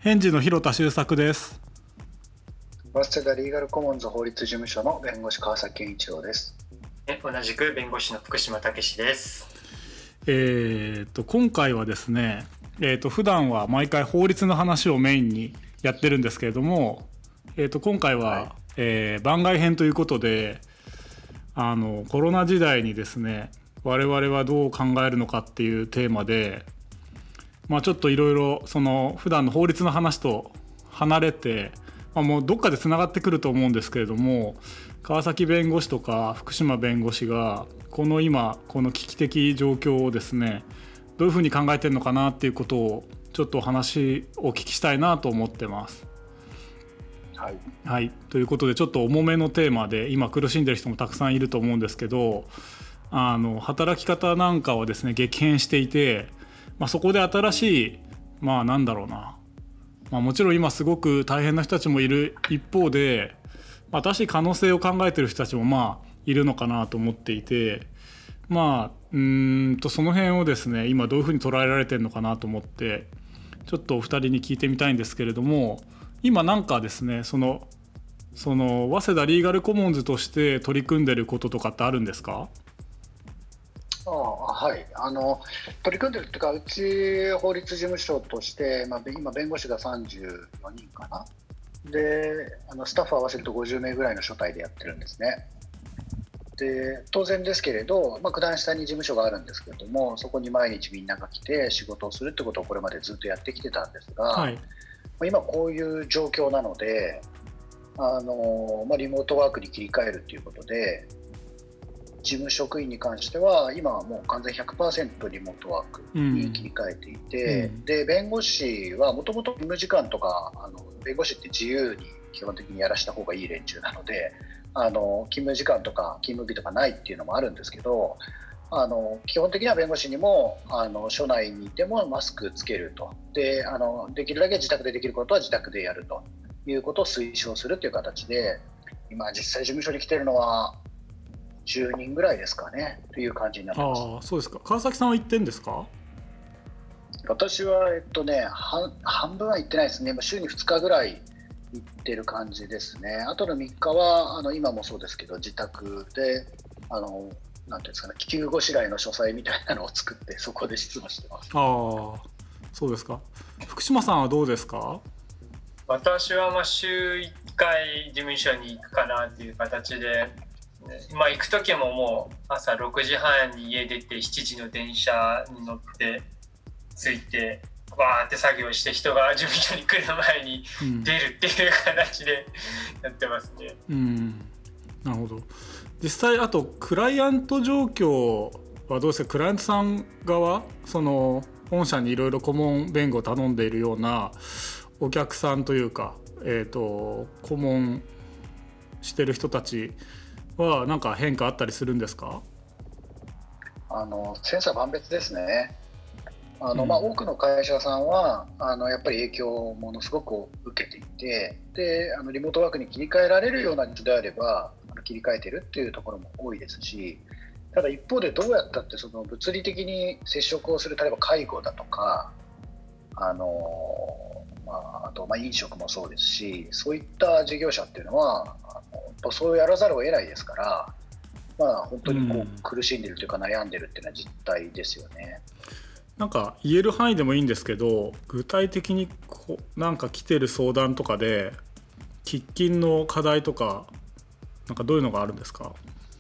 返事の広田修作です。 早稲田リーガルコモンズ法律事務所の弁護士川崎健一郎です。 同じく弁護士の福島武史です。 今回はですね、普段は毎回法律の話をメインにやってるんですけれども、今回は、番外編ということでコロナ時代にですね我々はどう考えるのかっていうテーマで、ちょっといろいろその普段の法律の話と離れて、もうどっかでつながってくると思うんですけれども、川崎弁護士とか福島弁護士が今この危機的状況をですねどういうふうに考えてるのかなっていうことをちょっとお話をお聞きしたいなと思ってます。はい、ということでちょっと重めのテーマで今苦しんでる人もたくさんいると思うんですけど、働き方なんかはですね激変していて、そこで新しいなんだろうな、もちろん今すごく大変な人たちもいる一方で、新しい可能性を考えている人たちもいるのかなと思っていて、その辺をですね今どういうふうに捉えられてるのかなと思ってちょっとお二人に聞いてみたいんですけれども、今なんかですねその早稲田リーガルコモンズとして取り組んでることとかってあるんですか？ はい、取り組んでるというか、うち法律事務所として、今弁護士が34人かなで、スタッフ合わせると50名ぐらいの所帯でやってるんですね。で当然ですけれど、九段下に事務所があるんですけれども、そこに毎日みんなが来て仕事をするってことをこれまでずっとやってきてたんですが、今こういう状況なのでリモートワークに切り替えるということで、事務職員に関しては今はもう完全 100% リモートワークに切り替えていて、で弁護士はもともと勤務時間とか弁護士って自由に基本的にやらした方がいい連中なので、勤務時間とか勤務日とかないっていうのもあるんですけど、基本的には弁護士にも署内にいてもマスクつけると、できるだけ自宅でできることは自宅でやるということを推奨するという形で、今実際事務所に来てるのは10人ぐらいですかねという感じになってます。 そうですか。川崎さんは行ってんですか？ 私は半分は行ってないですね。週に2日ぐらい行ってる感じですね。あとの3日は今もそうですけど自宅でなんていうんですかね、急ごしらえの書斎みたいなのを作ってそこで質問してます。 そうですか。福島さんはどうですか？ 私は週1回事務所に行くかなっていう形で、行く時ももう朝6時半に家出て7時の電車に乗って着いてわーって作業して、人が事務所に来る前に出るっていう形でやってますね。 なるほど。実際あとクライアント状況はどうですか？クライアントさん側、本社にいろいろ顧問弁護を頼んでいるようなお客さんというか、顧問してる人たちは何か変化あったりするんですか？ 千差万別ですね。多くの会社さんはやっぱり影響をものすごく受けていて、でリモートワークに切り替えられるような人であれば切り替えてるっていうところも多いですし、ただ一方でどうやったって物理的に接触をする、例えば介護だとかあと飲食もそうですし、そういった事業者っていうのはそうやらざるを得ないですから、本当に苦しんでるというか悩んでるっていうのは実態ですよね。 なんか言える範囲でもいいんですけど、具体的になんか来てる相談とかで喫緊の課題とかなんかどういうのがあるんですか？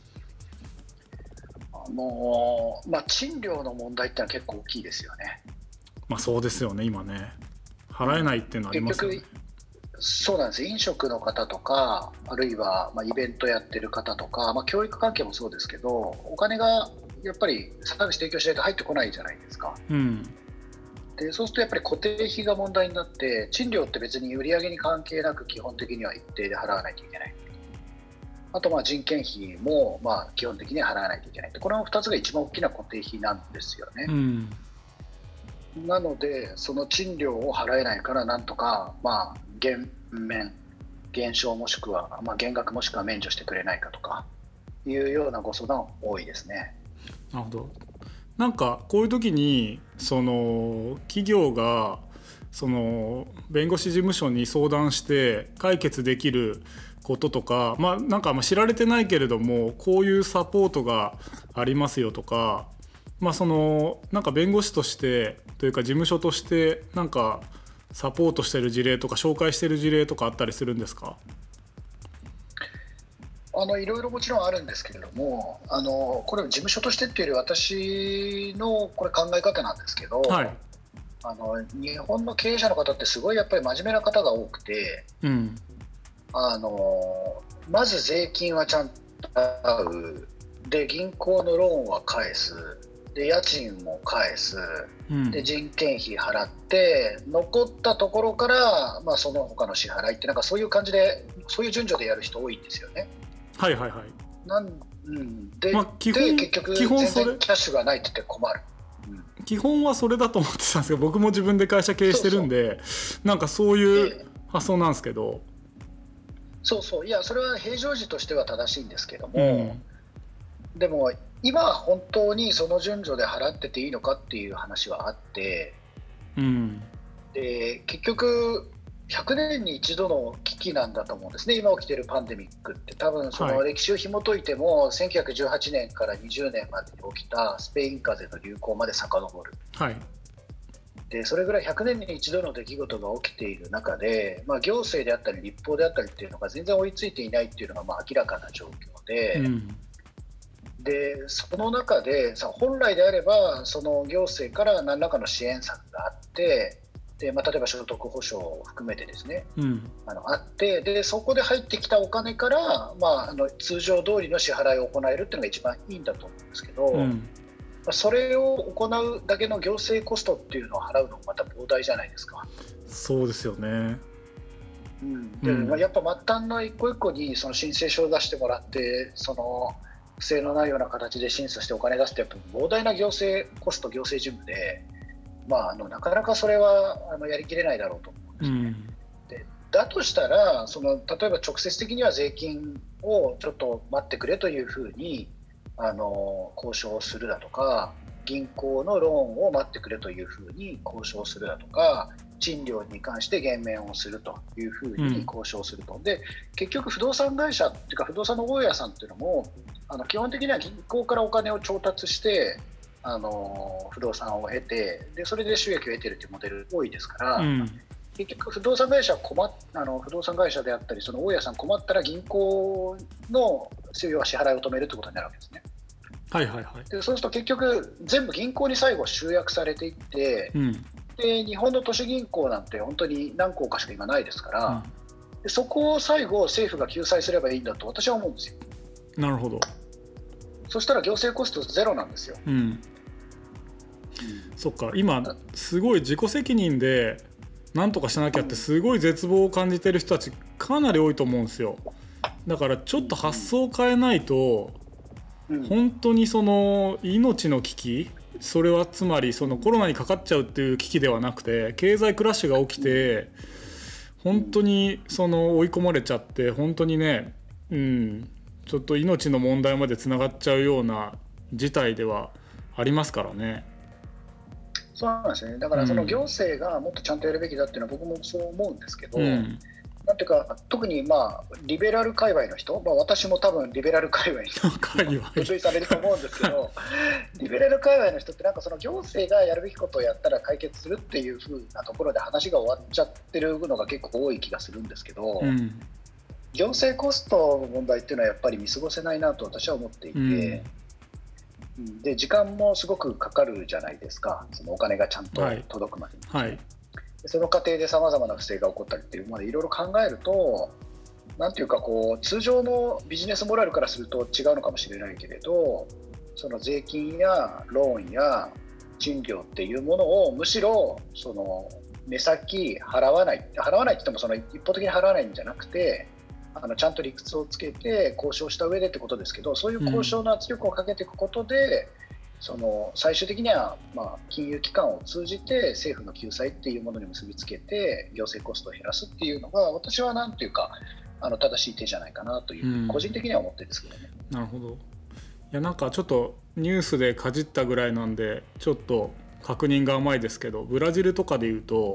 賃料の問題ってのは結構大きいですよね。 そうですよね。今ね払えないっていうのはありますよね。 結局そうなんです。飲食の方とか、あるいはイベントやってる方とか、教育関係もそうですけど、お金がやっぱりサービス提供しないと入ってこないじゃないですか。でそうするとやっぱり固定費が問題になって、賃料って別に売上に関係なく基本的には一定で払わないといけない。あと人件費も基本的には払わないといけない。この2つが一番大きな固定費なんですよね。なのでその賃料を払えないからなんとか減少もしくは、減額もしくは免除してくれないかとかいうようなご相談多いですね。 なるほど。なんかこういう時に企業がその弁護士事務所に相談して解決できることとか、なんか知られてないけれどもこういうサポートがありますよとか、そのなんか弁護士としてというか事務所としてなんかサポートしてる事例とか紹介してる事例とかあったりするんですか？ いろいろもちろんあるんですけれども、これ事務所としてっていうより私のこれ考え方なんですけど、 はい、 日本の経営者の方ってすごいやっぱり真面目な方が多くて、まず税金はちゃんと払う、で銀行のローンは返す、で家賃も返す、で人件費払って残ったところから、その他の支払いってなんかそういう感じでそういう順序でやる人多いんですよね。 はいはいはい。 で、結局全然キャッシュがないって言って困る。 基本はそれだと思ってたんですけど、僕も自分で会社経営してるんで、なんかそういう発想なんですけど、 いやそれは平常時としては正しいんですけども、でも今本当にその順序で払ってていいのかっていう話はあって、で結局100年に一度の危機なんだと思うんですね。今起きているパンデミックって多分その歴史を紐解いても、1918年から20年までに起きたスペイン風邪の流行まで遡る、でそれぐらい100年に一度の出来事が起きている中で、行政であったり立法であったりっていうのが全然追いついていないっていうのが明らかな状況で、でその中で本来であればその行政から何らかの支援策があって、で例えば所得保障を含めてですね、あって、でそこで入ってきたお金から、通常通りの支払いを行えるっていうのが一番いいんだと思うんですけど、それを行うだけの行政コストっていうのを払うのもまた膨大じゃないですか。 そうですよね。 でやっぱ末端の一個一個にその申請書を出してもらって、その不正のないような形で審査してお金出すってやっぱ膨大な行政コスト、行政事務で、なかなかそれはやりきれないだろうと思うんですね。でだとしたら例えば直接的には税金をちょっと待ってくれというふうに交渉するだとか、銀行のローンを待ってくれというふうに交渉するだとか、賃料に関して減免をするというふうに交渉すると、で結局不動産会社っていうか不動産の大家さんっていうのも基本的には銀行からお金を調達して不動産を得て、でそれで収益を得ているというモデル多いですから、結局不動産会社不動産会社であったりその大家さん困ったら銀行の支払いを止めるということになるわけですね。でそうすると結局全部銀行に最後集約されていって、で日本の都市銀行なんて本当に何校かしか今ないですから、でそこを最後政府が救済すればいいんだと私は思うんですよ。 なるほど。 そしたら行政コストゼロなんですよ。 そっか、今すごい自己責任でなんとかしなきゃってすごい絶望を感じてる人たちかなり多いと思うんですよ。だからちょっと発想を変えないと、本当にその命の危機、それはつまりそのコロナにかかっちゃうっていう危機ではなくて、経済クラッシュが起きて本当にその追い込まれちゃって、本当にね、ちょっと命の問題までつながっちゃうような事態ではありますからね。 そうなんですね。だからその行政がもっとちゃんとやるべきだっていうのは僕もそう思うんですけど、なんていうか特にリベラル界隈の人、私も多分リベラル界隈に分類されると思うんですけどリベラル界隈の人ってなんかその行政がやるべきことをやったら解決するっていう風なところで話が終わっちゃってるのが結構多い気がするんですけど、行政コストの問題っていうのはやっぱり見過ごせないなと私は思っていて、で時間もすごくかかるじゃないですか、そのお金がちゃんと届くまでに、その過程でさまざまな不正が起こったりっていうまでいろいろ考えると、なんていうか通常のビジネスモラルからすると違うのかもしれないけれど、その税金やローンや賃料っていうものをむしろその目先払わないって言ってもその一方的に払わないんじゃなくて、ちゃんと理屈をつけて交渉した上でってことですけど、そういう交渉の圧力をかけていくことで、その最終的には金融機関を通じて政府の救済っていうものに結びつけて行政コストを減らすっていうのが私はなんていうか正しい手じゃないかなという個人的には思ってるんですけどね。 なるほど。いやなんかちょっとニュースでかじったぐらいなんでちょっと確認が甘いですけど、ブラジルとかでいうと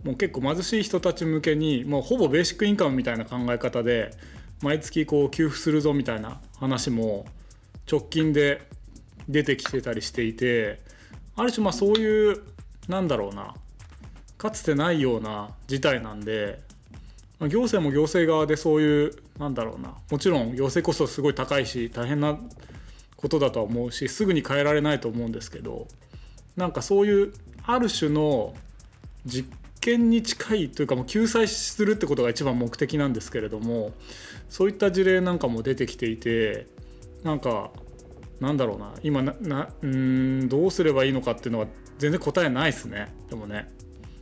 もう結構貧しい人たち向けにもうほぼベーシックインカムみたいな考え方で毎月こう給付するぞみたいな話も直近で出てきてたりしていて、ある種まあそういうなんだろうな、かつてないような事態なんで、行政も行政側でそういうなんだろうな、もちろん行政コストすごい高いし大変なことだとは思うしすぐに変えられないと思うんですけど、なんかそういうある種の実験に近いというかもう救済するってことが一番目的なんですけれども、そういった事例なんかも出てきていて、なんかなんだろうな、今どうすればいいのかっていうのは全然答えないですね。でもね、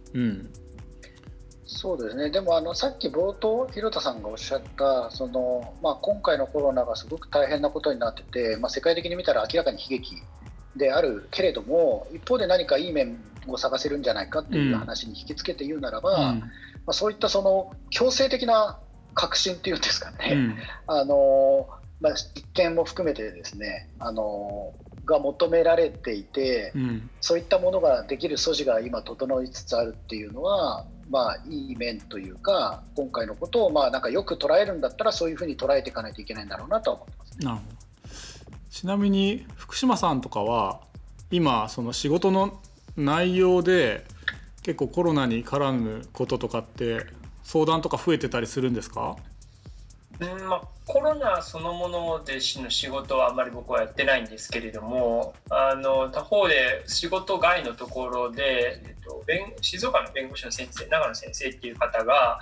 そうですね。でもさっき冒頭広田さんがおっしゃった今回のコロナがすごく大変なことになってて、世界的に見たら明らかに悲劇であるけれども、一方で何かいい面を探せるんじゃないかっていう話に引きつけて言うならば、そういった強制的な革新っていうんですかね、実験も含めてですね、が求められていて、そういったものができる素地が今整いつつあるっていうのは、いい面というか、今回のことをなんかよく捉えるんだったらそういうふうに捉えていかないといけないんだろうなとは思ってますね。 なるほど。ちなみに福島さんとかは今その仕事の内容で結構コロナに絡むこととかって相談とか増えてたりするんですか？ コロナそのものでの仕事はあんまり僕はやってないんですけれども、他方で仕事外のところで、静岡の弁護士の先生、長野先生っていう方が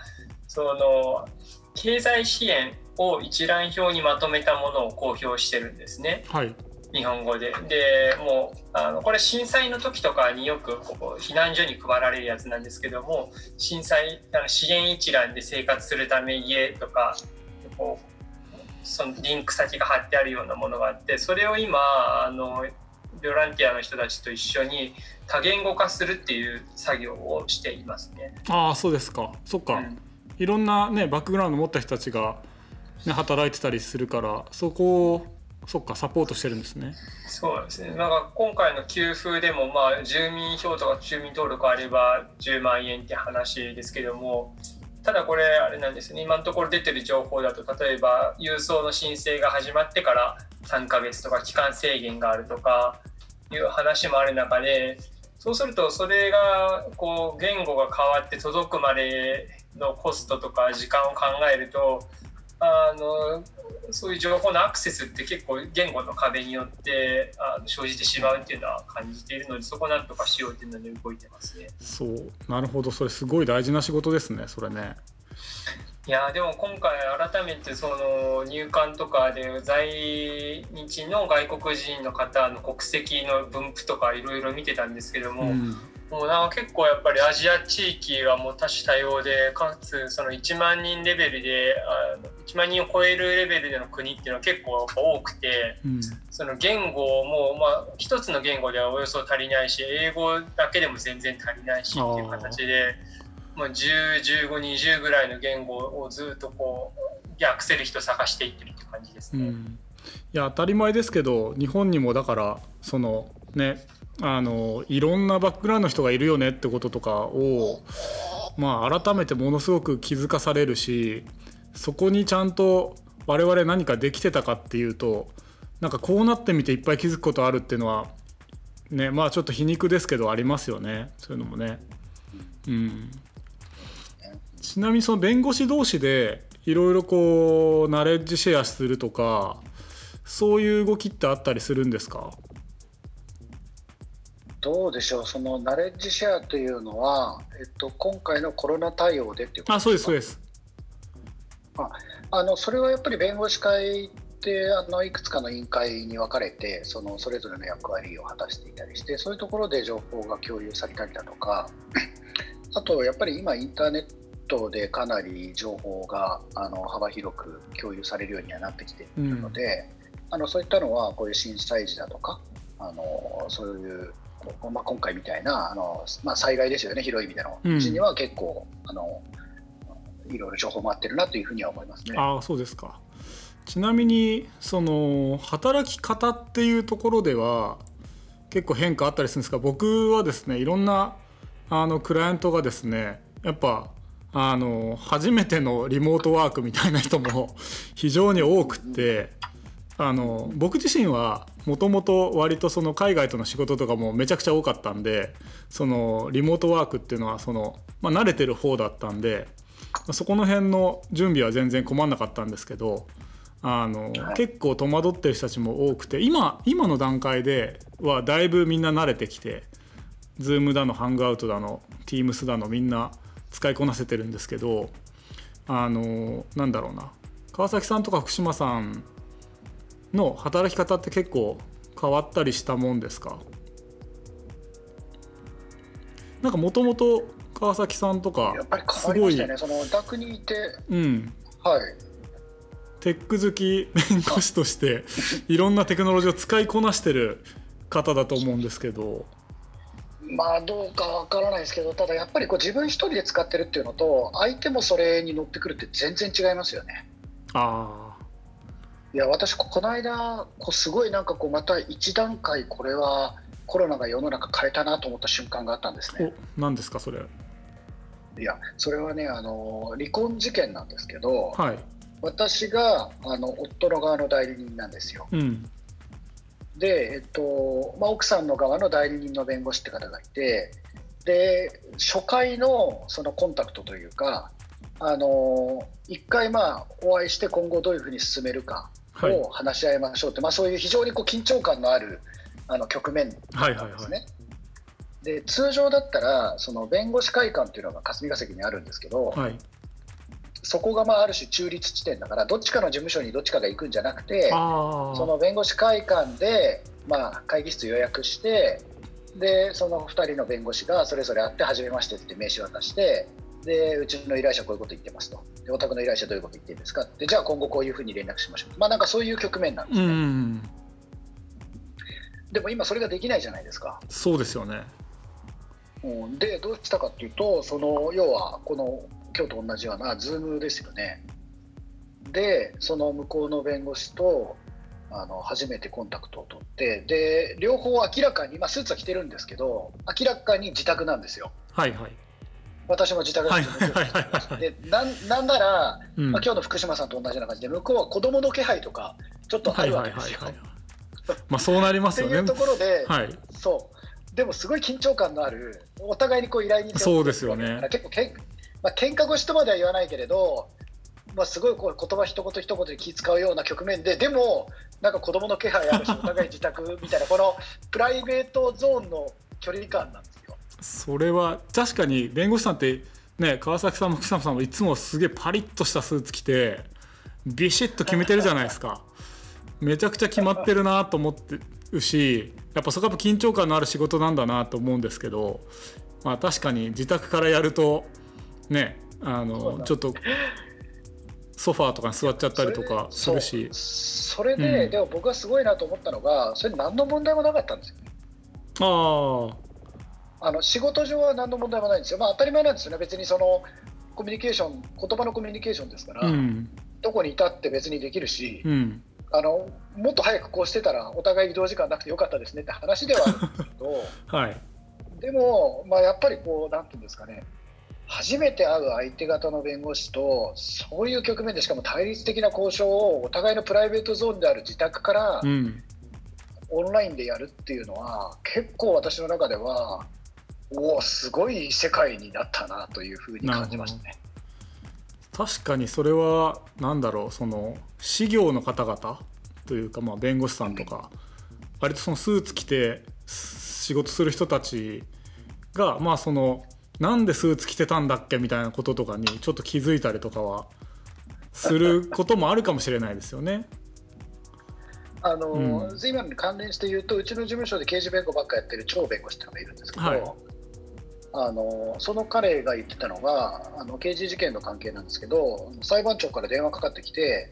経済支援を一覧表にまとめたものを公表してるんですね、 はい、 日本語で。でもうこれ震災の時とかによく避難所に配られるやつなんですけども、震災支援一覧で生活するため家とかそのリンク先が貼ってあるようなものがあって、それを今ボランティアの人たちと一緒に多言語化するっていう作業をしていますね。 ああ、そうですか。そっか、いろんなねバックグラウンド持った人たちが、ね、働いてたりするから、そこをそっかサポートしてるんですね。 そうですね。なんか今回の給付でも住民票とか住民登録あれば10万円って話ですけども、ただこれあれなんですね、今のところ出てる情報だと、例えば郵送の申請が始まってから3ヶ月とか期間制限があるとかいう話もある中で、そうするとそれが言語が変わって届くまでのコストとか時間を考えると、そういう情報のアクセスって結構言語の壁によって生じてしまうっていうのは感じているので、そこをなんとかしようっていうので動いてますね。 そう、なるほど。それすごい大事な仕事ですね、それね。 いやでも今回改めて入管とかで在日の外国人の方の国籍の分布とかいろいろ見てたんですけども、もうなんか結構やっぱりアジア地域はもう多種多様で、かつ1万人レベルで1万人を超えるレベルでの国っていうのは結構多くて、その言語も一つの言語ではおよそ足りないし、英語だけでも全然足りないしっていう形で、10、15、20ぐらいの言語をずっと訳せる人探していってるって感じですね。 いや当たり前ですけど、日本にもだからね、いろんなバックグラウンドの人がいるよねってこととかを、改めてものすごく気づかされるし、そこにちゃんと我々何かできてたかっていうと、なんかこうなってみていっぱい気づくことあるっていうのはね、ちょっと皮肉ですけどありますよね、そういうのもね。ちなみにその弁護士同士でいろいろナレッジシェアするとか、そういう動きってあったりするんですか？ どうでしょう。そのナレッジシェアというのは、今回のコロナ対応でっていうことですか？ そうですそうです。 それはやっぱり弁護士会っていくつかの委員会に分かれて、それぞれの役割を果たしていたりして、そういうところで情報が共有されたりだとか、あとやっぱり今インターネットでかなり情報が幅広く共有されるようにはなってきているので、そういったのはこういう震災時だとかそういう今回みたいな災害ですよね、広い意味での時には結構いろいろ情報回ってるなというふうには思いますね。 そうですか。ちなみに働き方っていうところでは結構変化あったりするんですか？僕はですね、いろんなクライアントがですね、 やっぱ初めてのリモートワークみたいな人も非常に多くって、僕自身はもともと割とその海外との仕事とかもめちゃくちゃ多かったんで、そのリモートワークっていうのは慣れてる方だったんで、そこの辺の準備は全然困んなかったんですけど、結構戸惑ってる人たちも多くて、今の段階ではだいぶみんな慣れてきて、Zoom だのハングアウトだの Teams だのみんな使いこなせてるんですけど、なんだろうな、川崎さんとか福島さんの働き方って結構変わったりしたもんですか？なんかもともと川崎さんとかやっぱり変わりましたよね。そのお宅にいて、はい、 テック好き弁護士としていろんなテクノロジーを使いこなしてる方だと思うんですけど、 まあどうかわからないですけど、ただやっぱり自分一人で使ってるっていうのと、相手もそれに乗ってくるって全然違いますよね。いや、私この間すごいなんかまた一段階これはコロナが世の中変えたなと思った瞬間があったんですね。 何ですかそれ？ いや、それはね、離婚事件なんですけど、 はい、 私が夫の側の代理人なんですよ。で、奥さんの側の代理人の弁護士って方がいて、で初回のそのコンタクトというか、一回お会いして今後どういうふうに進めるかを話し合いましょうって、そういう非常に緊張感のある局面なんですね。で通常だったらその弁護士会館っていうのが霞が関にあるんですけど、そこがある種中立地点だから、どっちかの事務所にどっちかが行くんじゃなくて、その弁護士会館で会議室予約して、でその2人の弁護士がそれぞれ会って初めましてって名刺渡して、でうちの依頼者こういうこと言ってますと、でお宅の依頼者どういうこと言ってるんですかって、じゃあ今後こういうふうに連絡しましょう、なんかそういう局面なんですね。でも今それができないじゃないですか。 そうですよね。 でどうしたかっていうと、要はこの今日と同じような Zoom ですよね。でその向こうの弁護士と初めてコンタクトを取って、で両方明らかに、スーツは着てるんですけど明らかに自宅なんですよ。私も自宅なんですで、なんなら、今日の福島さんと同じような感じで、向こうは子供の気配とかちょっとあるわけですよ。 そうなりますよね。 っていうところで、そうでもすごい緊張感のある、お互いに依頼人そうですよね。 結構喧嘩腰とまでは言わないけれど、すごい言葉一言一言で気使うような局面で、でもなんか子供の気配あるしお互い自宅みたいな、このプライベートゾーンの距離感なんですよ。 それは確かに弁護士さんってね、川崎さんも福島さんもいつもすげえパリッとしたスーツ着てビシッと決めてるじゃないですか。めちゃくちゃ決まってるなと思ってるし、やっぱそこは緊張感のある仕事なんだなと思うんですけど、確かに自宅からやるとね、ちょっとソファーとかに座っちゃったりとかするし、 それで、でも僕がすごいなと思ったのが、それ何の問題もなかったんですよね。仕事上は何の問題もないんですよ。当たり前なんですよね。別にそのコミュニケーション、言葉のコミュニケーションですから、どこにいたって別にできるし、もっと早くこうしてたらお互い移動時間なくてよかったですねって話ではあるんですけど、でも、やっぱりなんていうんですかね、初めて会う相手方の弁護士とそういう局面で、しかも対立的な交渉をお互いのプライベートゾーンである自宅からオンラインでやるっていうのは、結構私の中ではすごい世界になったなというふうに感じましたね。 確かにそれはその事業の方々というか、弁護士さんとか、割とそのスーツ着て仕事する人たちが、なんでスーツ着てたんだっけみたいなこととかにちょっと気づいたりとかはすることもあるかもしれないですよね。今に関連して言うと、うちの事務所で刑事弁護ばっかやってる超弁護士ってのがいるんですけど、その彼が言ってたのが、刑事事件の関係なんですけど、裁判長から電話かかってきて、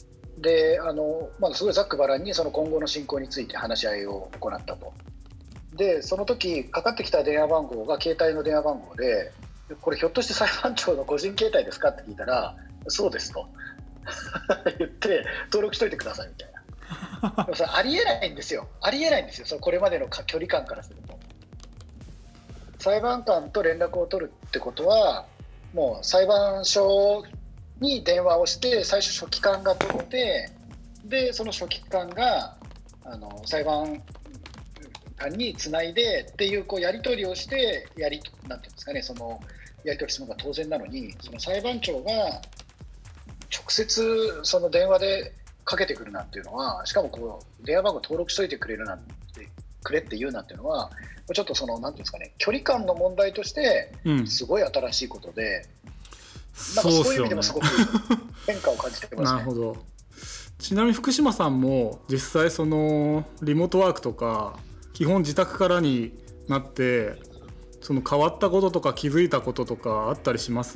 ですごいざっくばらんにその今後の進行について話し合いを行ったと。でその時かかってきた電話番号が携帯の電話番号で、これひょっとして裁判長の個人携帯ですかって聞いたら、そうですと言って、登録しといてくださいみたいな。でもそれありえないんですよ。そのこれまでの距離感からすると。 裁判官と連絡を取るってことは、もう裁判所に電話をして最初書記官が取って、でその書記官が裁判官につないでっていう、こうやり取りをしてなんていうんですかね、そのやり取りするのが当然なのに、その裁判長が直接その電話でかけてくるなんていうのは、しかもこう電話番号登録しといてくれって言うなんていうのは、ちょっとそのなんていうんですかね、距離感の問題としてすごい新しいことで、なんかそういう意味でもすごく変化を感じてますね。 なるほど。ちなみに福島さんも実際そのリモートワークとか基本自宅からになって、その変わったこととか気づいたこととかあったりします？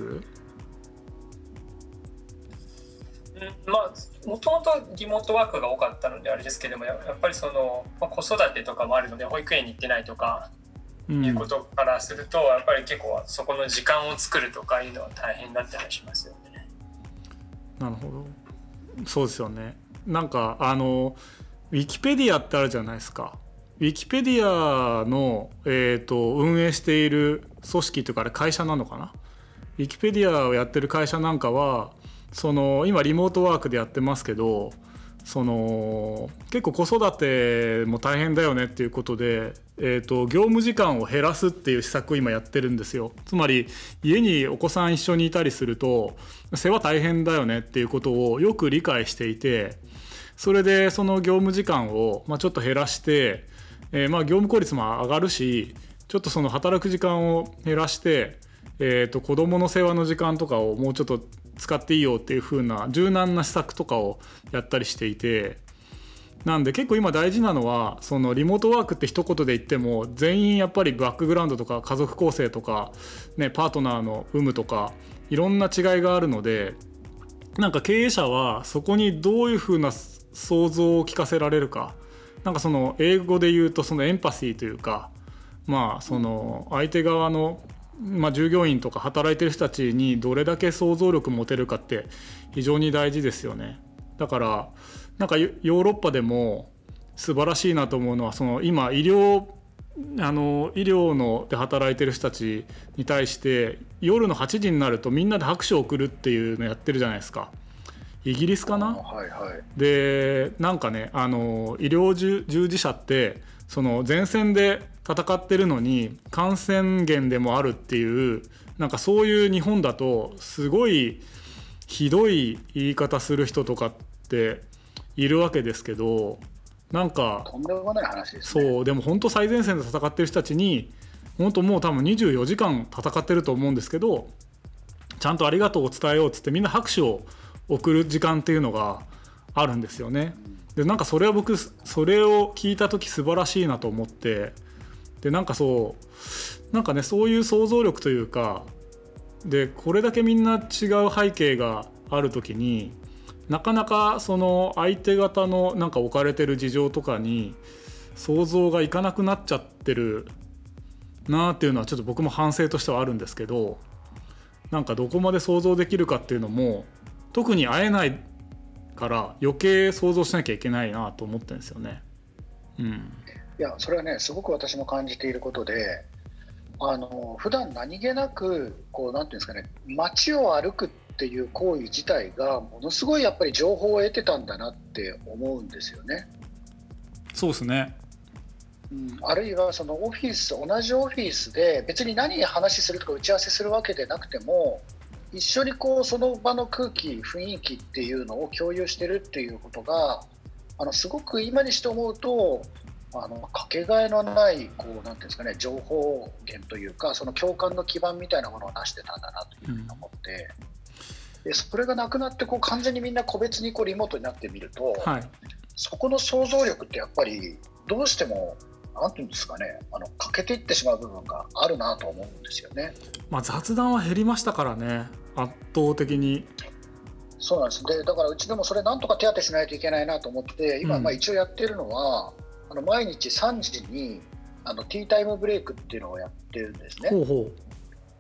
もともとリモートワークが多かったのであれですけども、やっぱりその、子育てとかもあるので保育園に行ってないとかいうことからすると、やっぱり結構そこの時間を作るとかいうのは大変だったりしますよね。 なるほど、そうですよね。なんかウィキペディアってあるじゃないですか。ウィキペディアの、運営している組織というか、あれ会社なのかな。ウィキペディアをやってる会社なんかは、その今リモートワークでやってますけど、その結構子育ても大変だよねっていうことで、業務時間を減らすっていう施策を今やってるんですよ。つまり家にお子さん一緒にいたりすると世話大変だよねっていうことをよく理解していて、それでその業務時間をちょっと減らして、業務効率も上がるし、ちょっとその働く時間を減らして、子どもの世話の時間とかをもうちょっと使っていいよっていう風な柔軟な施策とかをやったりしていて、なんで結構今大事なのは、そのリモートワークって一言で言っても全員やっぱりバックグラウンドとか家族構成とか、パートナーの有無とかいろんな違いがあるので、なんか経営者はそこにどういう風な想像を聞かせられるか、なんかその英語で言うとそのエンパシーというか、その相手側の従業員とか働いてる人たちにどれだけ想像力持てるかって非常に大事ですよね。だからなんかヨーロッパでも素晴らしいなと思うのは、その今医療ので働いてる人たちに対して夜の8時になるとみんなで拍手を送るっていうのやってるじゃないですか。イギリスかな、 はいはい、 でなんかね、医療従事者ってその前線で戦ってるのに感染源でもあるっていう、なんかそういう日本だとすごいひどい言い方する人とかっているわけですけど、なんかとんでもない話ですね。 そうでも本当最前線で戦ってる人たちに本当もう多分24時間戦ってると思うんですけど、ちゃんとありがとうを伝えようっつってみんな拍手を送る時間っていうのがあるんですよね。でなんかそれは僕それを聞いた時素晴らしいなと思って、でなんかね、そういう想像力というかで、これだけみんな違う背景がある時になかなかその相手方のなんか置かれてる事情とかに想像がいかなくなっちゃってるなっていうのはちょっと僕も反省としてはあるんですけど、なんかどこまで想像できるかっていうのも特に会えないから余計想像しなきゃいけないなと思ってるんですよね。 いやそれはねすごく私も感じていることで、普段何気なくこうなんていうんですかね、街を歩くっていう行為自体がものすごいやっぱり情報を得てたんだなって思うんですよね。 そうですね。 あるいはその同じオフィスで別に何話するとか打ち合わせするわけでなくても、一緒にこうその場の空気雰囲気っていうのを共有してるっていうことがすごく今にして思うとかけがえのないこうなんていうんですかね、情報源というかその共感の基盤みたいなものを成してたんだなというふうに思って、でそれがなくなってこう完全にみんな個別にこうリモートになってみると、そこの想像力ってやっぱりどうしてもなんていうんですかね、欠けていってしまう部分があるなと思うんですよね。 雑談は減りましたからね、圧倒的に。 そうなんです。でだからうちでもそれなんとか手当てしないといけないなと思って今、一応やってるのは毎日3時にティータイムブレイクっていうのをやってるんですね。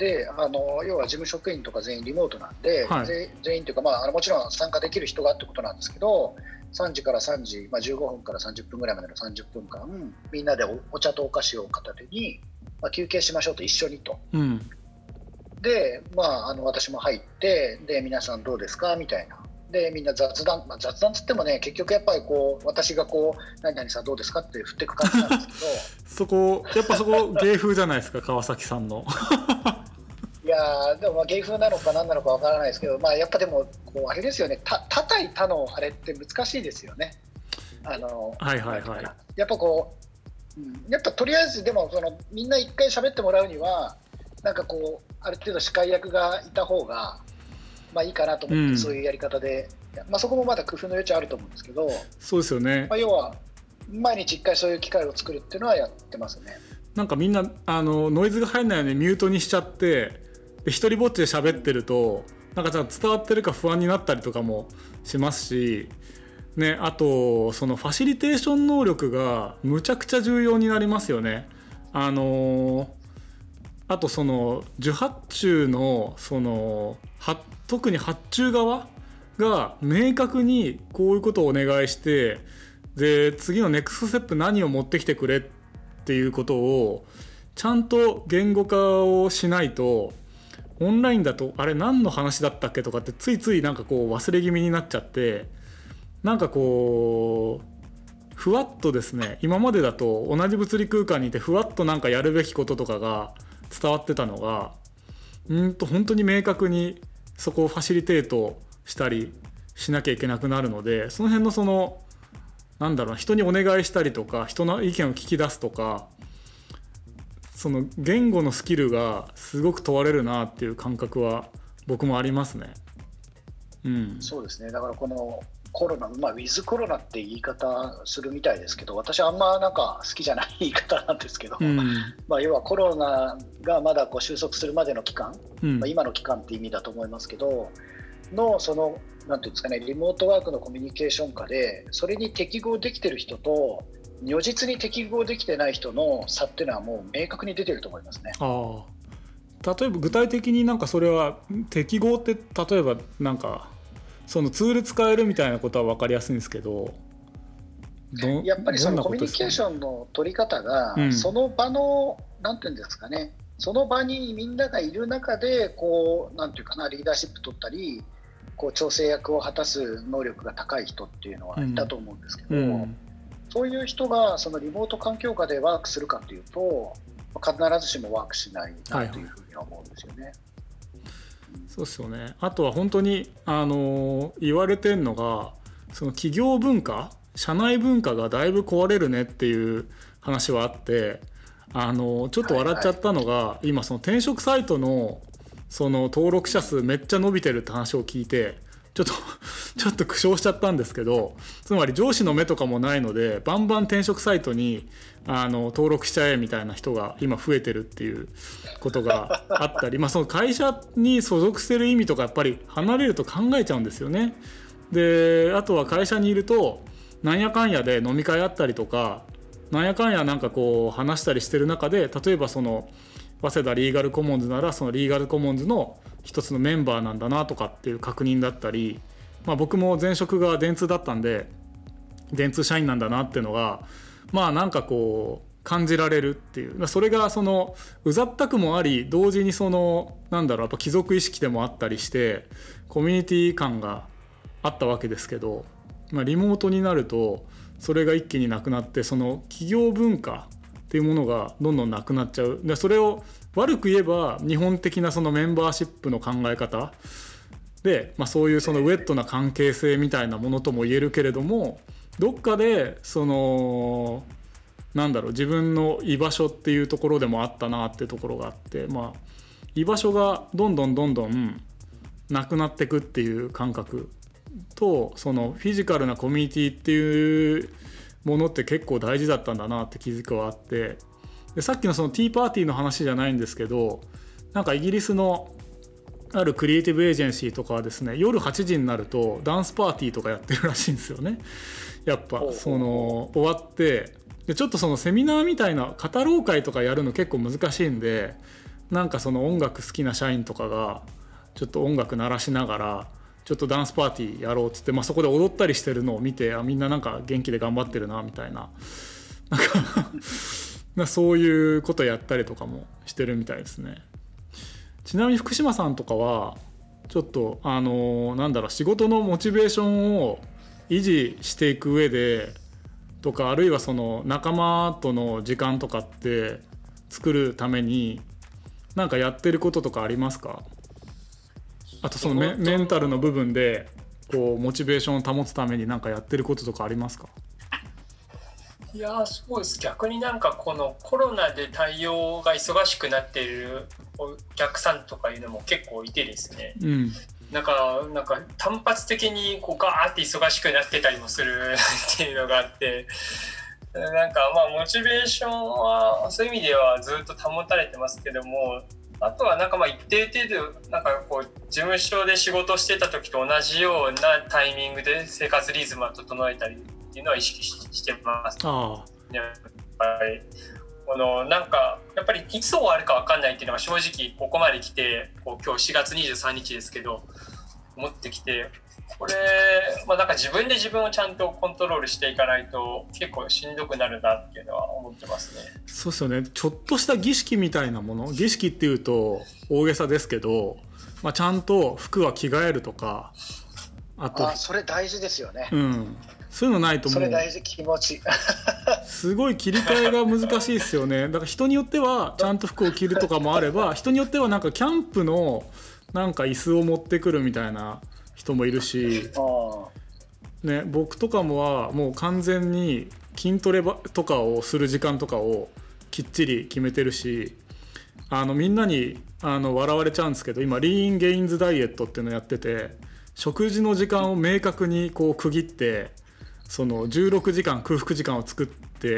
で要は事務職員とか全員リモートなんで、 はい、 全員というか、もちろん参加できる人がってことなんですけど、3時から3時、15分から30分ぐらいまでの30分間みんなで お茶とお菓子を片手に、休憩しましょうと、一緒にと、 うん、 で、私も入って、で皆さんどうですかみたいな、でみんな雑談、雑談つってもね、結局やっぱり私が何々さんどうですかって振っていく感じなんですけどやっぱそこ芸風じゃないですか川崎さんのいやでも芸風なのか何なのかわからないですけど、やっぱでもあれですよね、他対他のあれって難しいですよね。 はいはいはい。 やっぱやっぱとりあえずでもみんな一回喋ってもらうにはなんかある程度司会役がいた方がいいかなと思って、そういうやり方で、そこもまだ工夫の余地あると思うんですけど、 そうですよね。 要は毎日1回そういう機会を作るっていうのはやってますね。 なんかみんなノイズが入らないようにミュートにしちゃって、で一人ぼっちで喋ってるとなんかじゃあ伝わってるか不安になったりとかもしますし、ね、あとそのファシリテーション能力がむちゃくちゃ重要になりますよね。あとその受発注の特に発注側が明確にこういうことをお願いして、で次のネクストステップ何を持ってきてくれっていうことをちゃんと言語化をしないと、オンラインだとあれ何の話だったっけとかってついついなんか忘れ気味になっちゃって、なんかふわっとですね、今までだと同じ物理空間にいてふわっとなんかやるべきこととかが伝わってたのが、本当に明確にそこをファシリテートしたりしなきゃいけなくなるので、その辺の人にお願いしたりとか人の意見を聞き出すとか、その言語のスキルがすごく問われるなっていう感覚は僕もありますね。 そうですね。だからこのコロナ、ウィズコロナって言い方するみたいですけど、私あんまなんか好きじゃない言い方なんですけど、要はコロナがまだ収束するまでの期間、今の期間って意味だと思いますけどなんていうんですかね、リモートワークのコミュニケーション下でそれに適合できてる人と如実に適合できてない人の差っていうのはもう明確に出てると思いますね。 例えば具体的になんかそれは適合って、例えばなんかそのツール使えるみたいなことは分かりやすいんですけど、 やっぱりそのコミュニケーションの取り方が、その場のなんていうんですかね、その場にみんながいる中でなんていうかな、リーダーシップ取ったり調整役を果たす能力が高い人っていうのはいたと思うんですけど、そういう人がそのリモート環境下でワークするかというと必ずしもワークしないなというふうには思うんですよね。 そうですよね。あとは本当に言われてるのが、その企業文化、社内文化がだいぶ壊れるねっていう話はあって、ちょっと笑っちゃったのが、今その転職サイトのその登録者数めっちゃ伸びてるって話を聞いてちょっと苦笑しちゃったんですけど、つまり上司の目とかもないのでバンバン転職サイトに登録しちゃえみたいな人が今増えてるっていうことがあったりその会社に所属してる意味とかやっぱり離れると考えちゃうんですよね。であとは会社にいるとなんやかんやで飲み会あったりとか、なんやかんやなんか話したりしてる中で、例えばその早稲田リーガルコモンズならそのリーガルコモンズの一つのメンバーなんだなとかっていう確認だったり、僕も前職が電通だったんで電通社員なんだなっていうのがなんか感じられるっていう、それがそのうざったくもあり、同時にそのやっぱ貴族意識でもあったりしてコミュニティ感があったわけですけど、リモートになるとそれが一気になくなって、その企業文化っていうものがどんどんなくなっちゃう。でそれを悪く言えば日本的なそのメンバーシップの考え方で、そういうそのウェットな関係性みたいなものとも言えるけれども、どっかでその自分の居場所っていうところでもあったなっていうところがあって、居場所がどんどんなくなっていくっていう感覚と、そのフィジカルなコミュニティっていうものって結構大事だったんだなって気づきはあって、でさっきのそのティーパーティーの話じゃないんですけど、なんかイギリスのあるクリエイティブエージェンシーとかはですね、夜8時になるとダンスパーティーとかやってるらしいんですよね。やっぱその終わってでちょっとそのセミナーみたいな語ろう会とかやるの結構難しいんで、 なんかその音楽好きな社員とかがちょっと音楽鳴らしながらちょっとダンスパーティーやろうっつって、そこで踊ったりしてるのを見て、みんななんか元気で頑張ってるなみたいな、なんかそういうことやったりとかもしてるみたいですね。ちなみに福島さんとかはちょっと仕事のモチベーションを維持していく上でとか、あるいはその仲間との時間とかって作るためになんかやってることとかありますか？あとそのメンタルの部分でこうモチベーションを保つためになんかやってることとかありますか？ いやそうです。逆になんかこのコロナで対応が忙しくなっているお客さんとかいうのも結構いてですね、なんか単発的にこうガーって忙しくなってたりもするっていうのがあって、なんかモチベーションはそういう意味ではずっと保たれてますけども、あとはなんか一定程度なんかこう事務所で仕事してた時と同じようなタイミングで生活リズムを整えたりっていうのは意識してます。やっぱりなんかやっぱりいつ終わるか分かんないっていうのは正直ここまで来て今日4月23日ですけど思ってきて、これ、なんか自分で自分をちゃんとコントロールしていかないと結構しんどくなるなっていうのは思ってますね。 そうですよね。ちょっとした儀式みたいなもの、儀式っていうと大げさですけど、ちゃんと服は着替えるとか、あとそれ大事ですよね。 そういうのないともうそれ大事、気持ちすごい切り替えが難しいですよね。だから人によってはちゃんと服を着るとかもあれば、人によってはなんかキャンプのなんか椅子を持ってくるみたいな人もいるし、僕とかもはもう完全に筋トレとかをする時間とかをきっちり決めてるし、みんなに笑われちゃうんですけど、今リーンゲインズダイエットっていうのをやってて、食事の時間を明確にこう区切って、その16時間空腹時間を作って、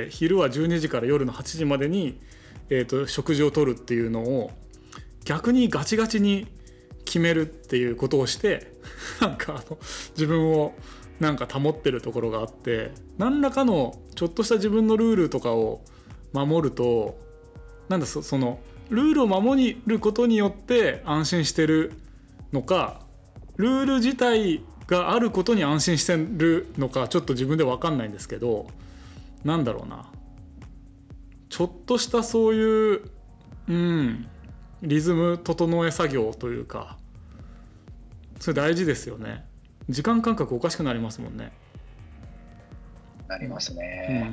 昼は12時から夜の8時までに、食事をとるっていうのを逆にガチガチに決めるっていうことをしてなんか自分をなんか保ってるところがあって、何らかのちょっとした自分のルールとかを守ると、そのルールを守ることによって安心してるのか、ルール自体があることに安心してるのか、ちょっと自分で分かんないんですけど、ちょっとしたそういうリズム整え作業というか、それ大事ですよね。時間感覚おかしくなりますもんね。 なりますね。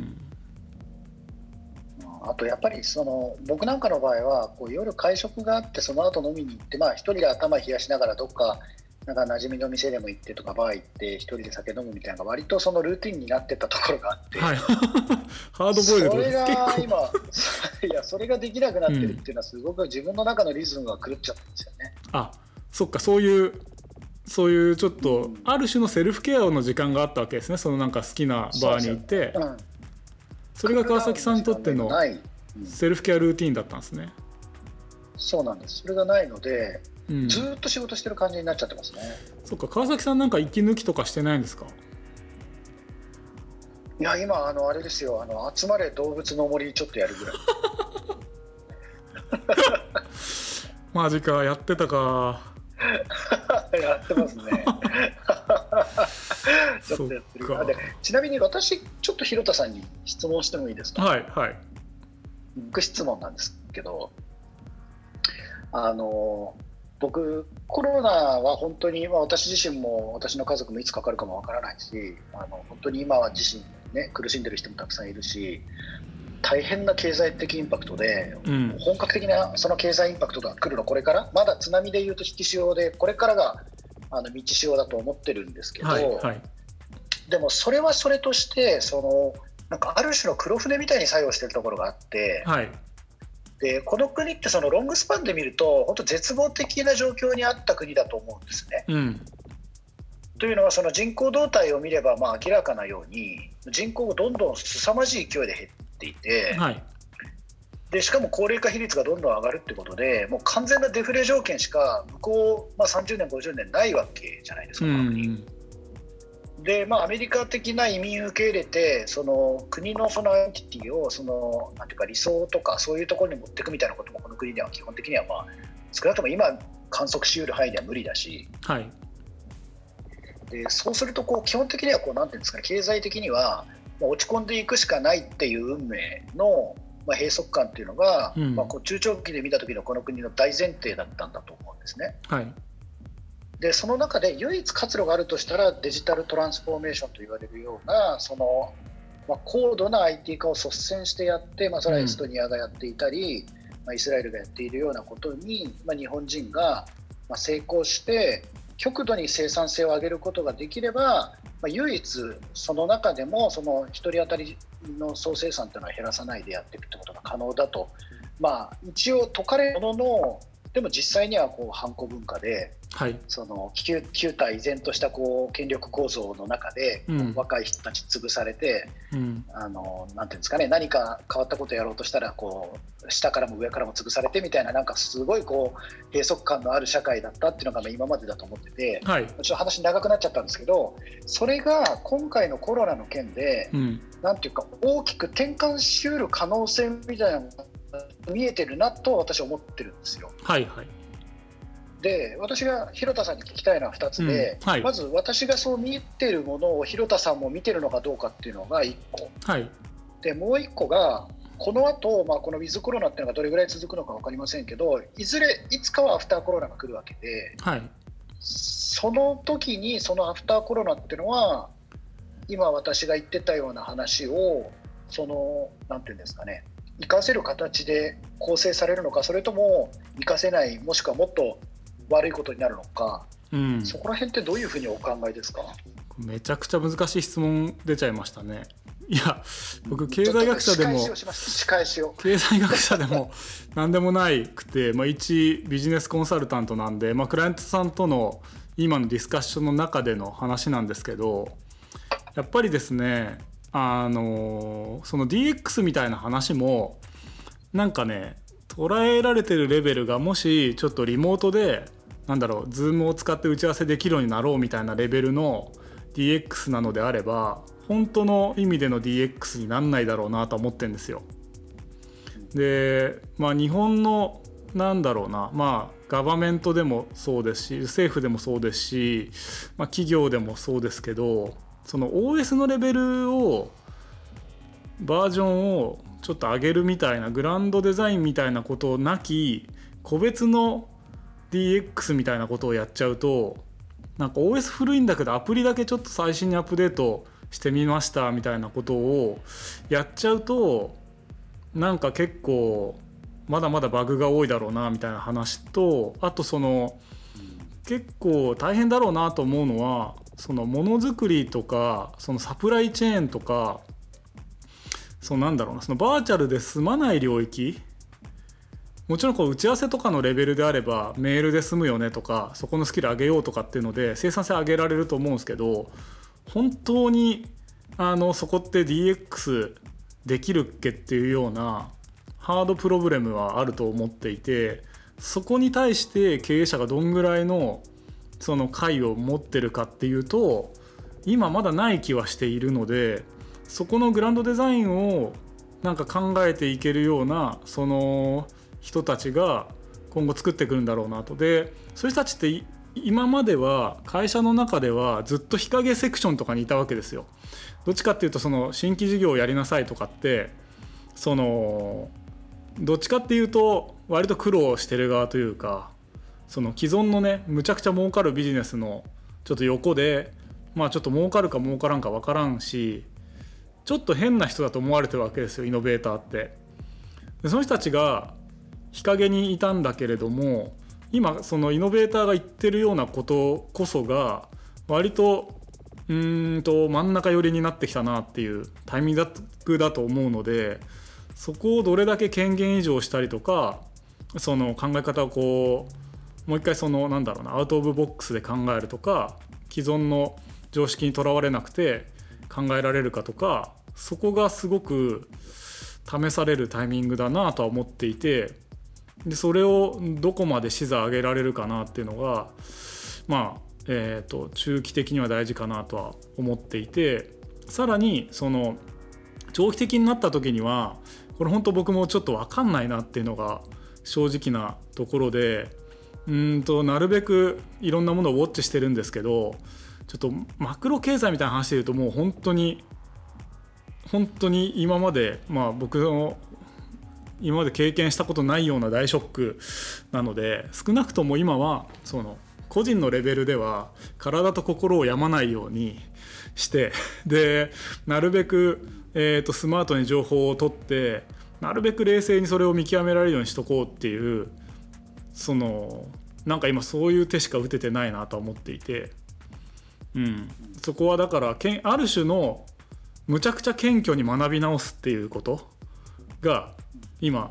あとやっぱり僕なんかの場合はこう夜会食があって、その後飲みに行って、一人で頭冷やしながらどっかなんか馴染みの店でも行ってとかバー行って一人で酒飲むみたいなのが割とそのルーティンになってたところがあって、ハードボイルドです。 それが今それができなくなってるっていうのはすごく自分の中のリズムが狂っちゃったんですよね。 そっか、そういうちょっとある種のセルフケアの時間があったわけですね。そのなんか好きなバーに行って、それが川崎さんにとってのセルフケアルーティンだったんですね。 そうなんです。それがないので、ずっと仕事してる感じになっちゃってますね。 そっか、川崎さんなんか息抜きとかしてないんですか？ いや今あれですよ、集まれ動物の森ちょっとやるぐらいマジか、やってたかやってますねちょっとやってる。でちなみに私ちょっと広田さんに質問してもいいですか？ はい。 僕質問なんですけど、僕コロナは本当に、私自身も私の家族もいつかかるかもわからないし、本当に今は自身ね苦しんでる人もたくさんいるし、大変な経済的インパクトで、本格的なその経済インパクトが来るのこれから、まだ津波でいうと引き潮でこれからが満ち潮だと思ってるんですけど、でもそれはそれとしてなんかある種の黒船みたいに作用してるところがあって、でこの国ってそのロングスパンで見ると本当絶望的な状況にあった国だと思うんですね。というのはその人口動態を見れば明らかなように人口がどんどん凄まじい勢いで減っていて、でしかも高齢化比率がどんどん上がるってことで、もう完全なデフレ条件しか向こう、30年50年ないわけじゃないですか、この国。 でアメリカ的な移民を受け入れてその国のそのアイデンティティをなんていうか理想とかそういうところに持っていくみたいなこともこの国では基本的には少なくとも今観測しうる範囲では無理だし、 はい、 でそうすると基本的にはなんていうんですかね、経済的には落ち込んでいくしかないっていう運命の閉塞感っていうのが、中長期で見た時のこの国の大前提だったんだと思うんですね。 はい、 でその中で唯一活路があるとしたらデジタルトランスフォーメーションと言われるような高度な IT 化を率先してやって、それはエストニアがやっていたり、イスラエルがやっているようなことに、日本人が成功して極度に生産性を上げることができれば、唯一その中でもその1人当たりの総生産というのは減らさないでやっていくということが可能だと、一応説かれるものの、でも実際にはハンコ文化で、 はい、 その旧体依然とした権力構造の中で、若い人たち潰されて、なんていうんですかね、何か変わったことをやろうとしたら下からも上からも潰されてみたいな、なんかすごい閉塞感のある社会だったっていうのが今までだと思ってて、 はい、 ちょっと話長くなっちゃったんですけど、それが今回のコロナの件で、なんていうか大きく転換しうる可能性みたいなのが見えてるなと私は思ってるんですよ。 はいはい。 で私が広田さんに聞きたいのは2つで、はい、まず私がそう見てるものを広田さんも見てるのかどうかっていうのが1個、 はい、 でもう1個がこの後、このウィズコロナっていうのがどれぐらい続くのか分かりませんけど、いずれいつかはアフターコロナが来るわけで、 はい、 その時にそのアフターコロナっていうのは今私が言ってたような話をなんていうんですかね、活かせる形で構成されるのか、それとも活かせない、もしくはもっと悪いことになるのか、そこら辺ってどういうふうにお考えですか？ めちゃくちゃ難しい質問出ちゃいましたね。いや僕経済学者でも経済学者でも何でもないくて、一ビジネスコンサルタントなんで、クライアントさんとの今のディスカッションの中での話なんですけど、やっぱりですね、その DX みたいな話もなんかね、捉えられてるレベルがもしちょっとリモートでZoom を使って打ち合わせできるようになろうみたいなレベルの DX なのであれば、本当の意味での DX になんないだろうなと思ってるんですよ。で、日本のガバメントでもそうですし、政府でもそうですし、企業でもそうですけど、その OS のレベルをバージョンをちょっと上げるみたいな、グランドデザインみたいなことなき個別の DX みたいなことをやっちゃうと、なんか OS 古いんだけどアプリだけちょっと最新にアップデートしてみましたみたいなことをやっちゃうと、なんか結構まだまだバグが多いだろうなみたいな話と、あと結構大変だろうなと思うのは、そのものづくりとかそのサプライチェーンとか、そのバーチャルで済まない領域、もちろん打ち合わせとかのレベルであればメールで済むよねとか、そこのスキル上げようとかっていうので生産性上げられると思うんですけど、本当にそこって DX できるっけっていうようなハードプロブレムはあると思っていて、そこに対して経営者がどんぐらいのその解を持ってるかっていうと、今まだない気はしているので、そこのグランドデザインをなんか考えていけるようなその人たちが今後作ってくるんだろうなと。でそういう人たちって今までは会社の中ではずっと日陰セクションとかにいたわけですよ。どっちかっていうとその新規事業をやりなさいとかって、どっちかっていうと割と苦労してる側というか、その既存のねむちゃくちゃ儲かるビジネスのちょっと横で、ちょっと儲かるか儲からんか分からんし、ちょっと変な人だと思われてるわけですよ、イノベーターって。でその人たちが日陰にいたんだけれども、今そのイノベーターが言ってるようなことこそが割と真ん中寄りになってきたなっていうタイミングだと思うので、そこをどれだけ権限移譲したりとか、その考え方をもう一回アウトオブボックスで考えるとか、既存の常識にとらわれなくて考えられるかとか、そこがすごく試されるタイミングだなとは思っていて、でそれをどこまで視座上げられるかなっていうのが中期的には大事かなとは思っていて、さらにその長期的になった時にはこれ本当僕もちょっと分かんないなっていうのが正直なところで、なるべくいろんなものをウォッチしてるんですけど、ちょっとマクロ経済みたいな話でいうともう本当に今まで、僕の今まで経験したことないような大ショックなので、少なくとも今はその個人のレベルでは体と心を病まないようにしてでなるべく、スマートに情報を取ってなるべく冷静にそれを見極められるようにしとこうっていう、そのなんか今そういう手しか打ててないなと思っていて、そこはだからある種のむちゃくちゃ謙虚に学び直すっていうことが今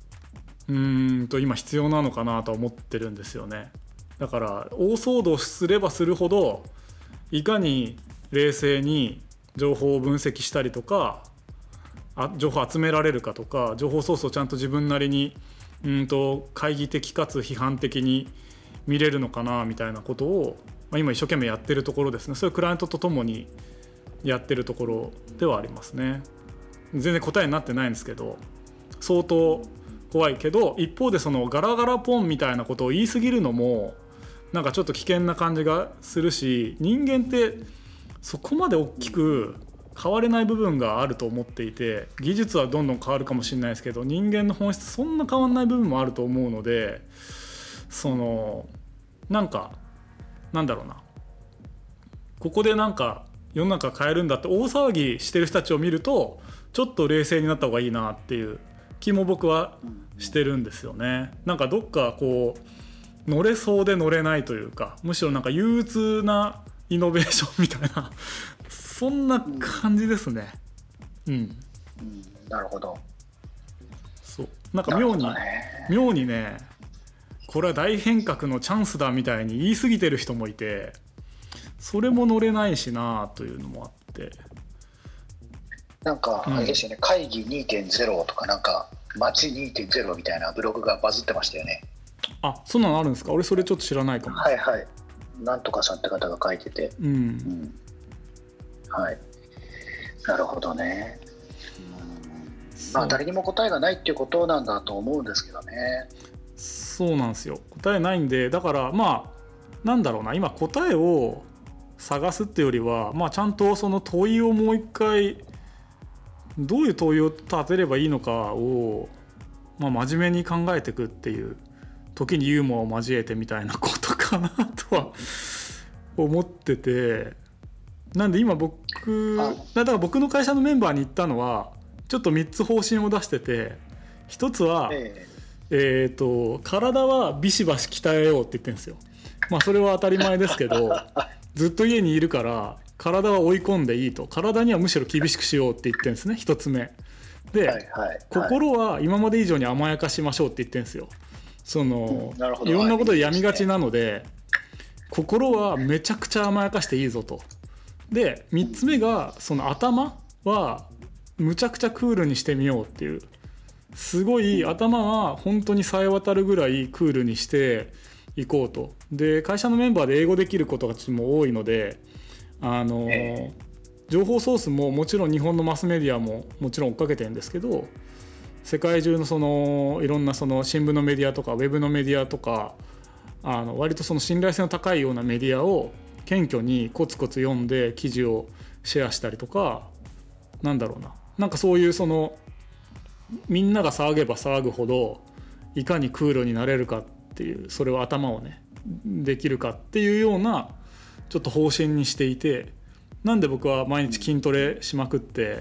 必要なのかなと思ってるんですよね。だから大騒動すればするほどいかに冷静に情報を分析したりとか情報を集められるかとか、情報ソースをちゃんと自分なりに懐疑的かつ批判的に見れるのかなみたいなことを、今一生懸命やってるところですね。そういうクライアントと共にやってるところではありますね。全然答えになってないんですけど、相当怖いけど、一方でそのガラガラポンみたいなことを言い過ぎるのもなんかちょっと危険な感じがするし、人間ってそこまで大きく変われない部分があると思っていて、技術はどんどん変わるかもしれないですけど、人間の本質そんな変わらない部分もあると思うので、そのなんだろうな、ここでなんか世の中変えるんだって大騒ぎしてる人たちを見るとちょっと冷静になった方がいいなっていう気も僕はしてるんですよね。なんかどっかこう乗れそうで乗れないというか、むしろなんか憂鬱なイノベーションみたいなそんな感じですね。 なるほど。 そうなんか妙にね、これは大変革のチャンスだみたいに言い過ぎてる人もいて、それも乗れないしなというのもあって、 なんかあれですよね、会議 2.0 とかなんか街 2.0 みたいなブログがバズってましたよね。 あ、そんなのあるんですか？俺それちょっと知らないかも。 はいはい、なんとかさんって方が書いてて、はい、なるほどね。誰にも答えがないっていうことなんだと思うんですけどね。 そうなんですよ、答えないんで、だからなんだろうな、今答えを探すっていうよりは、ちゃんとその問いをもう一回どういう問いを立てればいいのかを、真面目に考えていくっていう、時にユーモアを交えてみたいなことかなとは思ってて、なんで今だから僕の会社のメンバーに言ったのはちょっと3つ方針を出してて、1つは、体はビシバシ鍛えようって言ってるんですよ。それは当たり前ですけどずっと家にいるから体は追い込んでいいと、体にはむしろ厳しくしようって言ってるんですね、1つ目で、心は今まで以上に甘やかしましょうって言ってるんですよ。いろんなことで病みがちなので、心はめちゃくちゃ甘やかしていいぞと。で3つ目がその頭はむちゃくちゃクールにしてみようっていう、すごい頭は本当にさえ渡るぐらいクールにしていこうと。で会社のメンバーで英語できることがも多いので、情報ソースももちろん日本のマスメディアももちろん追っかけてるんですけど、世界中のいろんな新聞のメディアとかウェブのメディアとか、割と信頼性の高いようなメディアを謙虚にコツコツ読んで記事をシェアしたりとか、なんかそういうみんなが騒げば騒ぐほどいかにクールになれるかっていう、それを頭をねできるかっていうようなちょっと方針にしていて、なんで僕は毎日筋トレしまくって、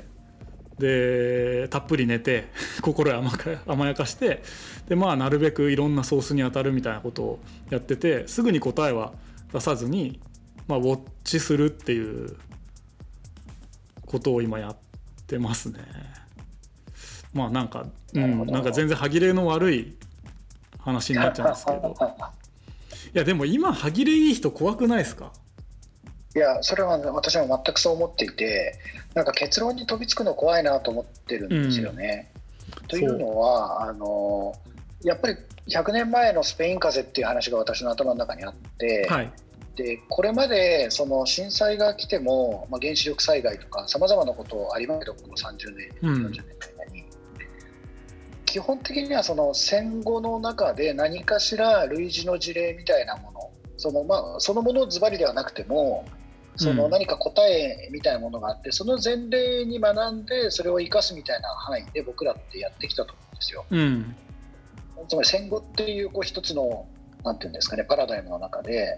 でたっぷり寝て心を甘やかして、でなるべくいろんなソースに当たるみたいなことをやってて、すぐに答えは出さずに、ウォッチするっていうことを今やってますね。なんか全然歯切れの悪い話になっちゃうんですけどいやでも今歯切れいい人怖くないですか？ いやそれは私も全くそう思っていて、なんか結論に飛びつくの怖いなと思ってるんですよね。というのはやっぱり100年前のスペイン風邪っていう話が私の頭の中にあって、 でこれまでその震災が来ても、原子力災害とかさまざまなことありますけど、この30年、40年の間に、基本的にはその戦後の中で何かしら類似の事例みたいなもの、そのものズバリではなくても、その何か答えみたいなものがあって、その前例に学んでそれを生かすみたいな範囲で僕らってやってきたと思うんですよ。つまり戦後っていう一つのなんていうんですかね、パラダイムの中で、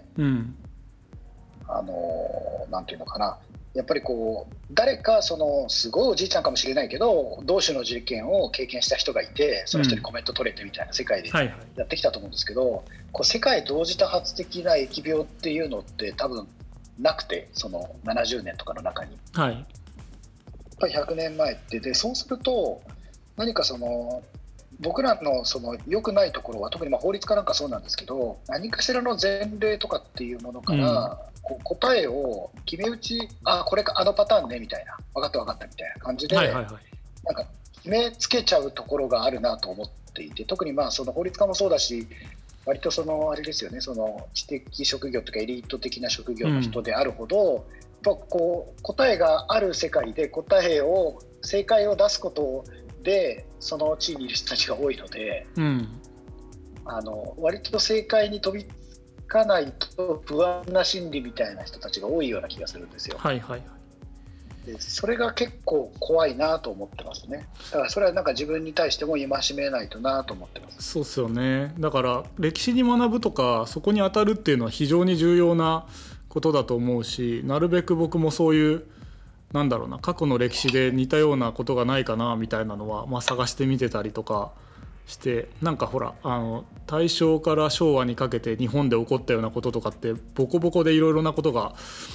なんていうのかな、やっぱり誰かすごいおじいちゃんかもしれないけど同種の事件を経験した人がいて、その人にコメント取れてみたいな世界でやってきたと思うんですけど、世界同時多発的な疫病っていうのって多分なくて、その70年とかの中に、やっぱり100年前ってで、そうすると何か僕らの良くないところは、特に法律かなんかそうなんですけど、何かしらの前例とかっていうものから、答えを決め打ち、これかパターンねみたいな、分かったみたいな感じで、なんか決めつけちゃうところがあるなと思っていて、特にその法律家もそうだし、割とあれですよね、知的職業とかエリート的な職業の人であるほど、答えがある世界で正解を出すことでその地位にいる人たちが多いので、割と正解に飛びつかないと不安な心理みたいな人たちが多いような気がするんですよ。でそれが結構怖いなと思ってますね。だからそれはなんか自分に対しても戒めないとなと思ってます。 そうですよね。だから歴史に学ぶとかそこに当たるっていうのは非常に重要なことだと思うし、なるべく僕もそういう過去の歴史で似たようなことがないかなみたいなのは、探してみてたりとかして、ほら大正から昭和にかけて日本で起こったようなこととかってボコボコでいろいろなことが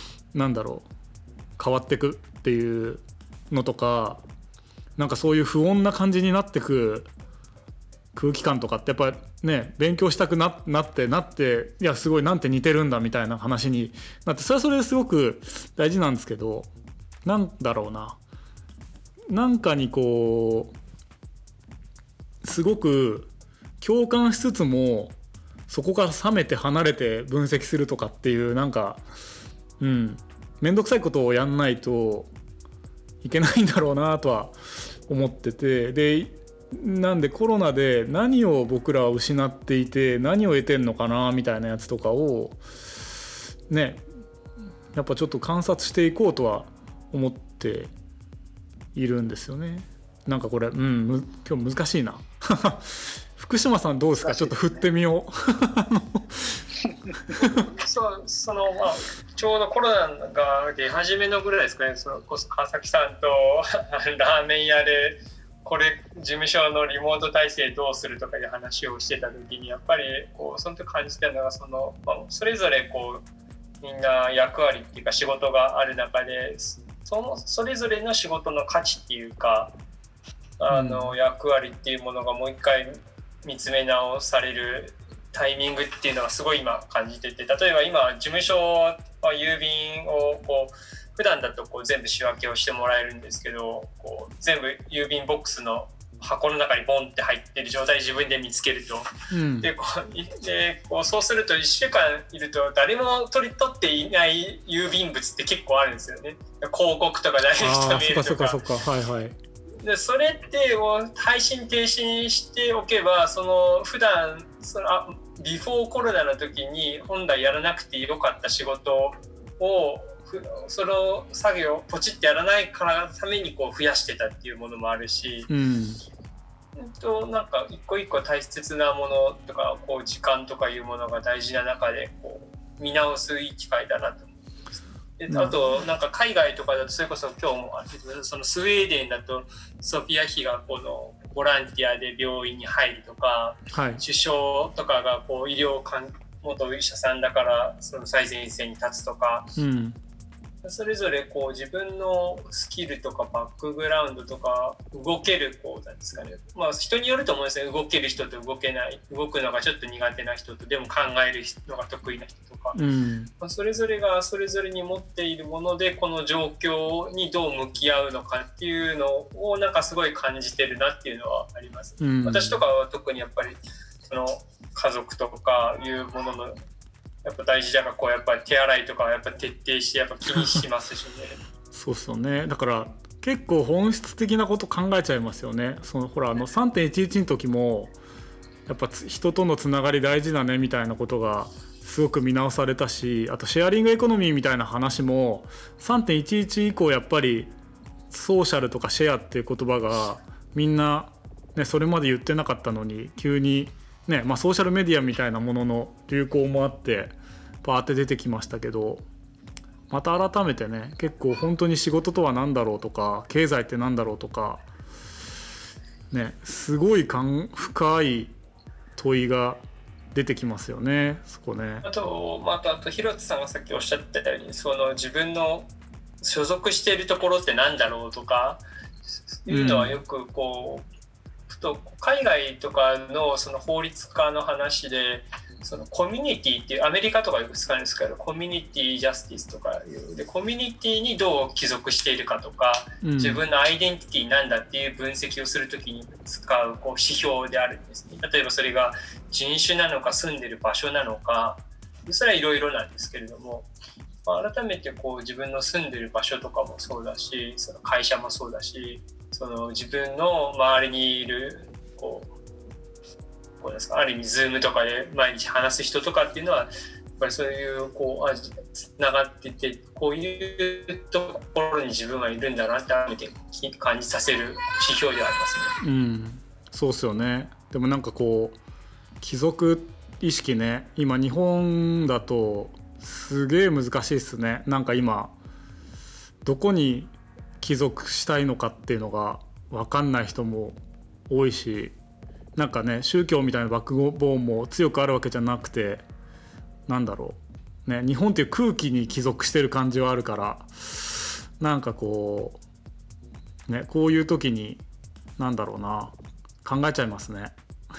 変わってくっていうのとか、そういう不穏な感じになってく空気感とかってやっぱりね、勉強したくなっていやすごいなんて似てるんだみたいな話になって、それはそれですごく大事なんですけど、なんかにすごく共感しつつもそこから冷めて離れて分析するとかっていうめんどくさいことをやんないといけないんだろうなとは思ってて、でなんでコロナで何を僕らは失っていて何を得てんのかなみたいなやつとかをね、やっぱちょっと観察していこうとは思っているんですよね。これ、今日難しいな福島さんどうですか？ちょっと振ってみようちょうどコロナが出始めのぐらいですかね、川崎さんとラーメン屋でこれ事務所のリモート体制どうするとかいう話をしてた時に、やっぱりその時感じたのがそれぞれみんな役割っていうか仕事がある中で、それぞれの仕事の価値っていうか役割っていうものがもう一回見つめ直されるタイミングっていうのがすごい今感じてて、例えば今事務所は郵便を普段だと全部仕分けをしてもらえるんですけど、全部郵便ボックスの箱の中にボンって入ってる状態で自分で見つけると、でそうすると1週間いると誰も取っていない郵便物って結構あるんですよね。広告とかダイレクトメールとか。でそれって配信停止にしておけば、普段ビフォーコロナの時に本来やらなくてよかった仕事をその作業をポチってやらないからために増やしてたっていうものもあるし、一個一個大切なものとか時間とかいうものが大事な中で見直すいい機会だなと思います。あと海外とかだとそれこそ今日もスウェーデンだとソフィア妃がボランティアで病院に入るとか、首相とかが医療元お医者さんだから最前線に立つとか、それぞれ自分のスキルとかバックグラウンドとか動けるなんですかね、人によると思うんですよ。動ける人と動けない、動くのがちょっと苦手な人とでも考えるのが得意な人とか、それぞれがそれぞれに持っているものでこの状況にどう向き合うのかっていうのをすごい感じてるなっていうのはあります。私とかは特にやっぱり家族とかいうもののやっぱ大事だから、やっぱ手洗いとかはやっぱ徹底してやっぱ気にしますしね。 そうっすよね。だから結構本質的なこと考えちゃいますよね。ほら3.11 の時もやっぱ人とのつながり大事だねみたいなことがすごく見直されたし、あとシェアリングエコノミーみたいな話も 3.11 以降やっぱりソーシャルとかシェアっていう言葉がみんな、ね、それまで言ってなかったのに急にね、ソーシャルメディアみたいなものの流行もあってバーって出てきましたけど、また改めてね、結構本当に仕事とは何だろうとか経済って何だろうとかね、すごい深い問いが出てきますよね、そこね。 あと広津さんがさっきおっしゃったように、自分の所属しているところって何だろうとかいうのはよく海外とかのその法律家の話で、そのコミュニティっていうアメリカとかよく使うんですけど、コミュニティジャスティスとかいうで、コミュニティにどう帰属しているかとか、自分のアイデンティティなんだっていう分析をするときに使う指標であるんですね。例えばそれが人種なのか住んでる場所なのか、それはいろいろなんですけれども、改めて自分の住んでる場所とかもそうだし、その会社もそうだし、その自分の周りにいるある意味 Zoom とかで毎日話す人とかっていうのはやっぱりそういうつながってて、こういうところに自分はいるんだなって改めて感じさせる指標ではありますね。 そうっすよね。でも帰属意識ね、今日本だとすげえ難しいっすね。今どこに帰属したいのかっていうのが分かんない人も多いし、宗教みたいなバックボーンも強くあるわけじゃなくて、日本っていう空気に帰属してる感じはあるから、こういう時に考えちゃいますね。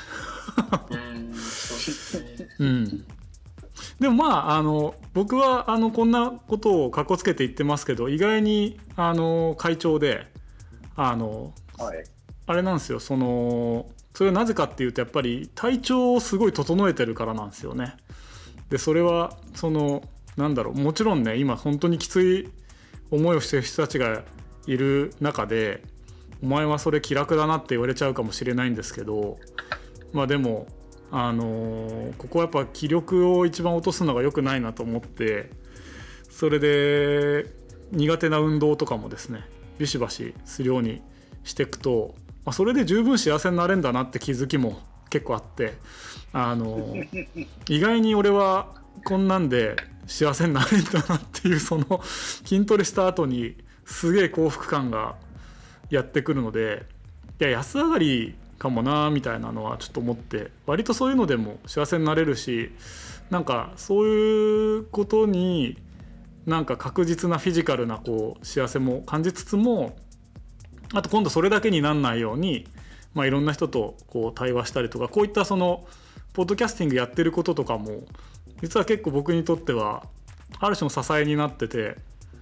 そうですね。 でも僕はこんなことをかっこつけて言ってますけど、意外に会長であれなんですよ、それはなぜかっていうと、やっぱり体調をすごい整えてるからなんですよね。でそれはもちろんね、今本当にきつい思いをしてる人たちがいる中で、お前はそれ気楽だなって言われちゃうかもしれないんですけど、でもここはやっぱ気力を一番落とすのが良くないなと思って、それで苦手な運動とかもですね、ビシバシするようにしていくと、それで十分幸せになれるんだなって気づきも結構あって、意外に俺はこんなんで幸せになれるんだなっていう、その筋トレした後にすげえ幸福感がやってくるので、いや安上がりかもなみたいなのはちょっと思って、割とそういうのでも幸せになれるし、そういうことに確実なフィジカルな幸せも感じつつも、あと今度それだけになんないように、いろんな人と対話したりとか、こういったポッドキャスティングやってることとかも実は結構僕にとってはある種の支えになってて、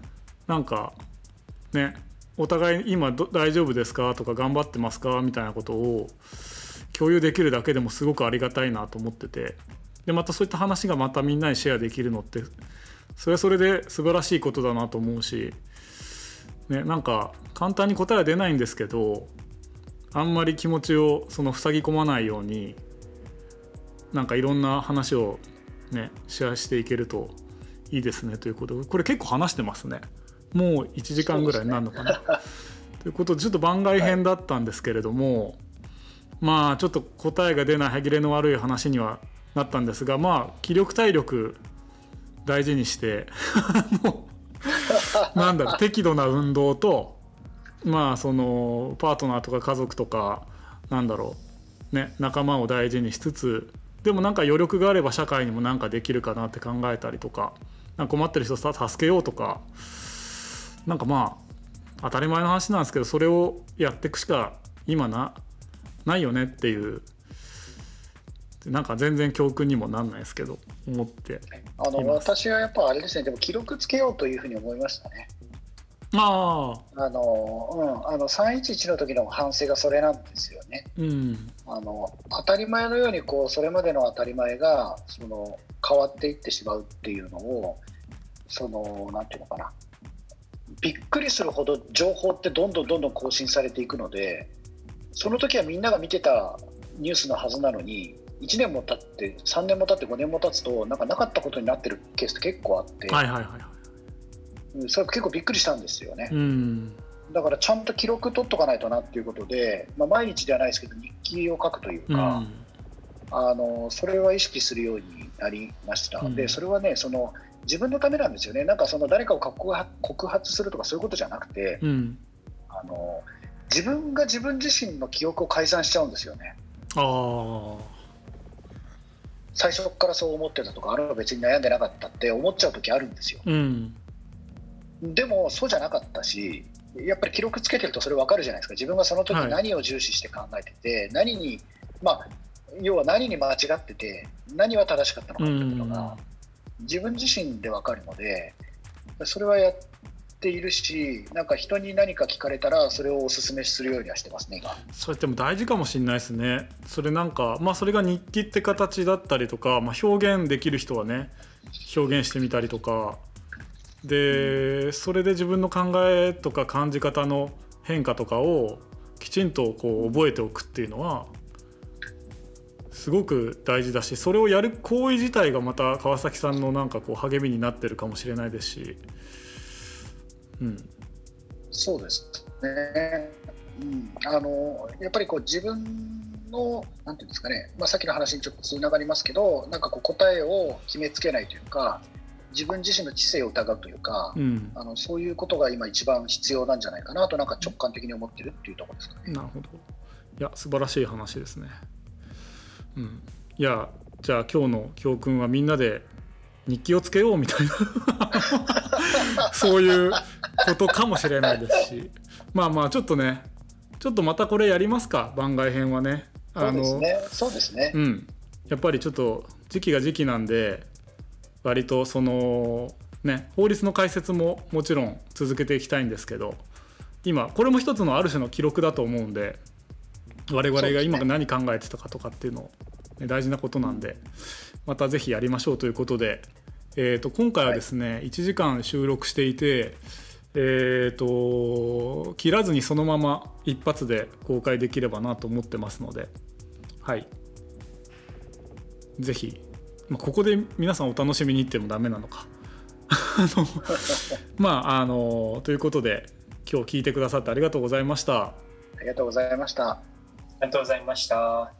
お互い今大丈夫ですかとか頑張ってますかみたいなことを共有できるだけでもすごくありがたいなと思ってて、でまたそういった話がまたみんなにシェアできるのってそれはそれで素晴らしいことだなと思うし、簡単に答えは出ないんですけど、あんまり気持ちを塞ぎ込まないようにいろんな話をシェアしていけるといいですねということで、これ結構話してますね。もう1時間ぐらいになるのかなということで、ちょっと番外編だったんですけれども、ちょっと答えが出ない歯切れの悪い話にはなったんですが、気力体力大事にして適度な運動と、そのパートナーとか家族とか仲間を大事にしつつ、でも余力があれば社会にもできるかなって考えたりとか、困ってる人を助けようとか、当たり前の話なんですけど、それをやっていくしか今ないよねっていう、全然教訓にもなんないですけど思っています。 私はやっぱあれですね、でも記録つけようというふうに思いましたね。 311の時の反省がそれなんですよね。当たり前のようにこうそれまでの当たり前が変わっていってしまうっていうのをなんていうのかな、びっくりするほど情報ってどんどん更新されていくので、その時はみんなが見てたニュースのはずなのに1年も経って3年も経って5年も経つとなかったことになってるケースって結構あって、それ結構びっくりしたんですよね。だからちゃんと記録取っとかないとなっていうことで、毎日ではないですけど日記を書くというか、それは意識するようになりました。でそれはね自分のためなんですよね。なんか誰かを告発するとかそういうことじゃなくて、自分が自分自身の記憶を改ざんしちゃうんですよね。最初からそう思ってたとか、別に悩んでなかったって思っちゃう時あるんですよ。でもそうじゃなかったし、やっぱり記録つけてるとそれ分かるじゃないですか。自分がその時何を重視して考えてて、要は何に間違ってて何は正しかったのかっていうことが自分自身で分かるので、それはやっているし、なんか人に何か聞かれたらそれをお勧めするようにはしてますね今。 それっても大事かもしれないですね。それなんかそれが日記って形だったりとか、表現できる人はね表現してみたりとかで、それで自分の考えとか感じ方の変化とかをきちんとこう覚えておくっていうのはすごく大事だし、それをやる行為自体がまた川崎さんのなんかこう励みになってるかもしれないですし、 そうですね。やっぱりこう自分のなんていうんですかね、さっきの話にちょっとつながりますけど、なんかこう答えを決めつけないというか、自分自身の知性を疑うというか、そういうことが今一番必要なんじゃないかなとなんか直感的に思ってるっていうところですかね。 なるほど。いや素晴らしい話ですね。いやじゃあ今日の教訓はみんなで日記をつけようみたいなそういうことかもしれないですし、ちょっとね、ちょっとまたこれやりますか、番外編はね。 そうですね。 やっぱりちょっと時期が時期なんで、割と法律の解説ももちろん続けていきたいんですけど、今これも一つのある種の記録だと思うんで、我々が今何考えてたかとかっていうの大事なことなんで、またぜひやりましょうということで、今回はですね、1時間収録していて、切らずにそのまま一発で公開できればなと思ってますので、ぜひ、ここで皆さんお楽しみに言ってもダメなのかということで、今日聞いてくださってありがとうございました。 ありがとうございました。 ありがとうございました。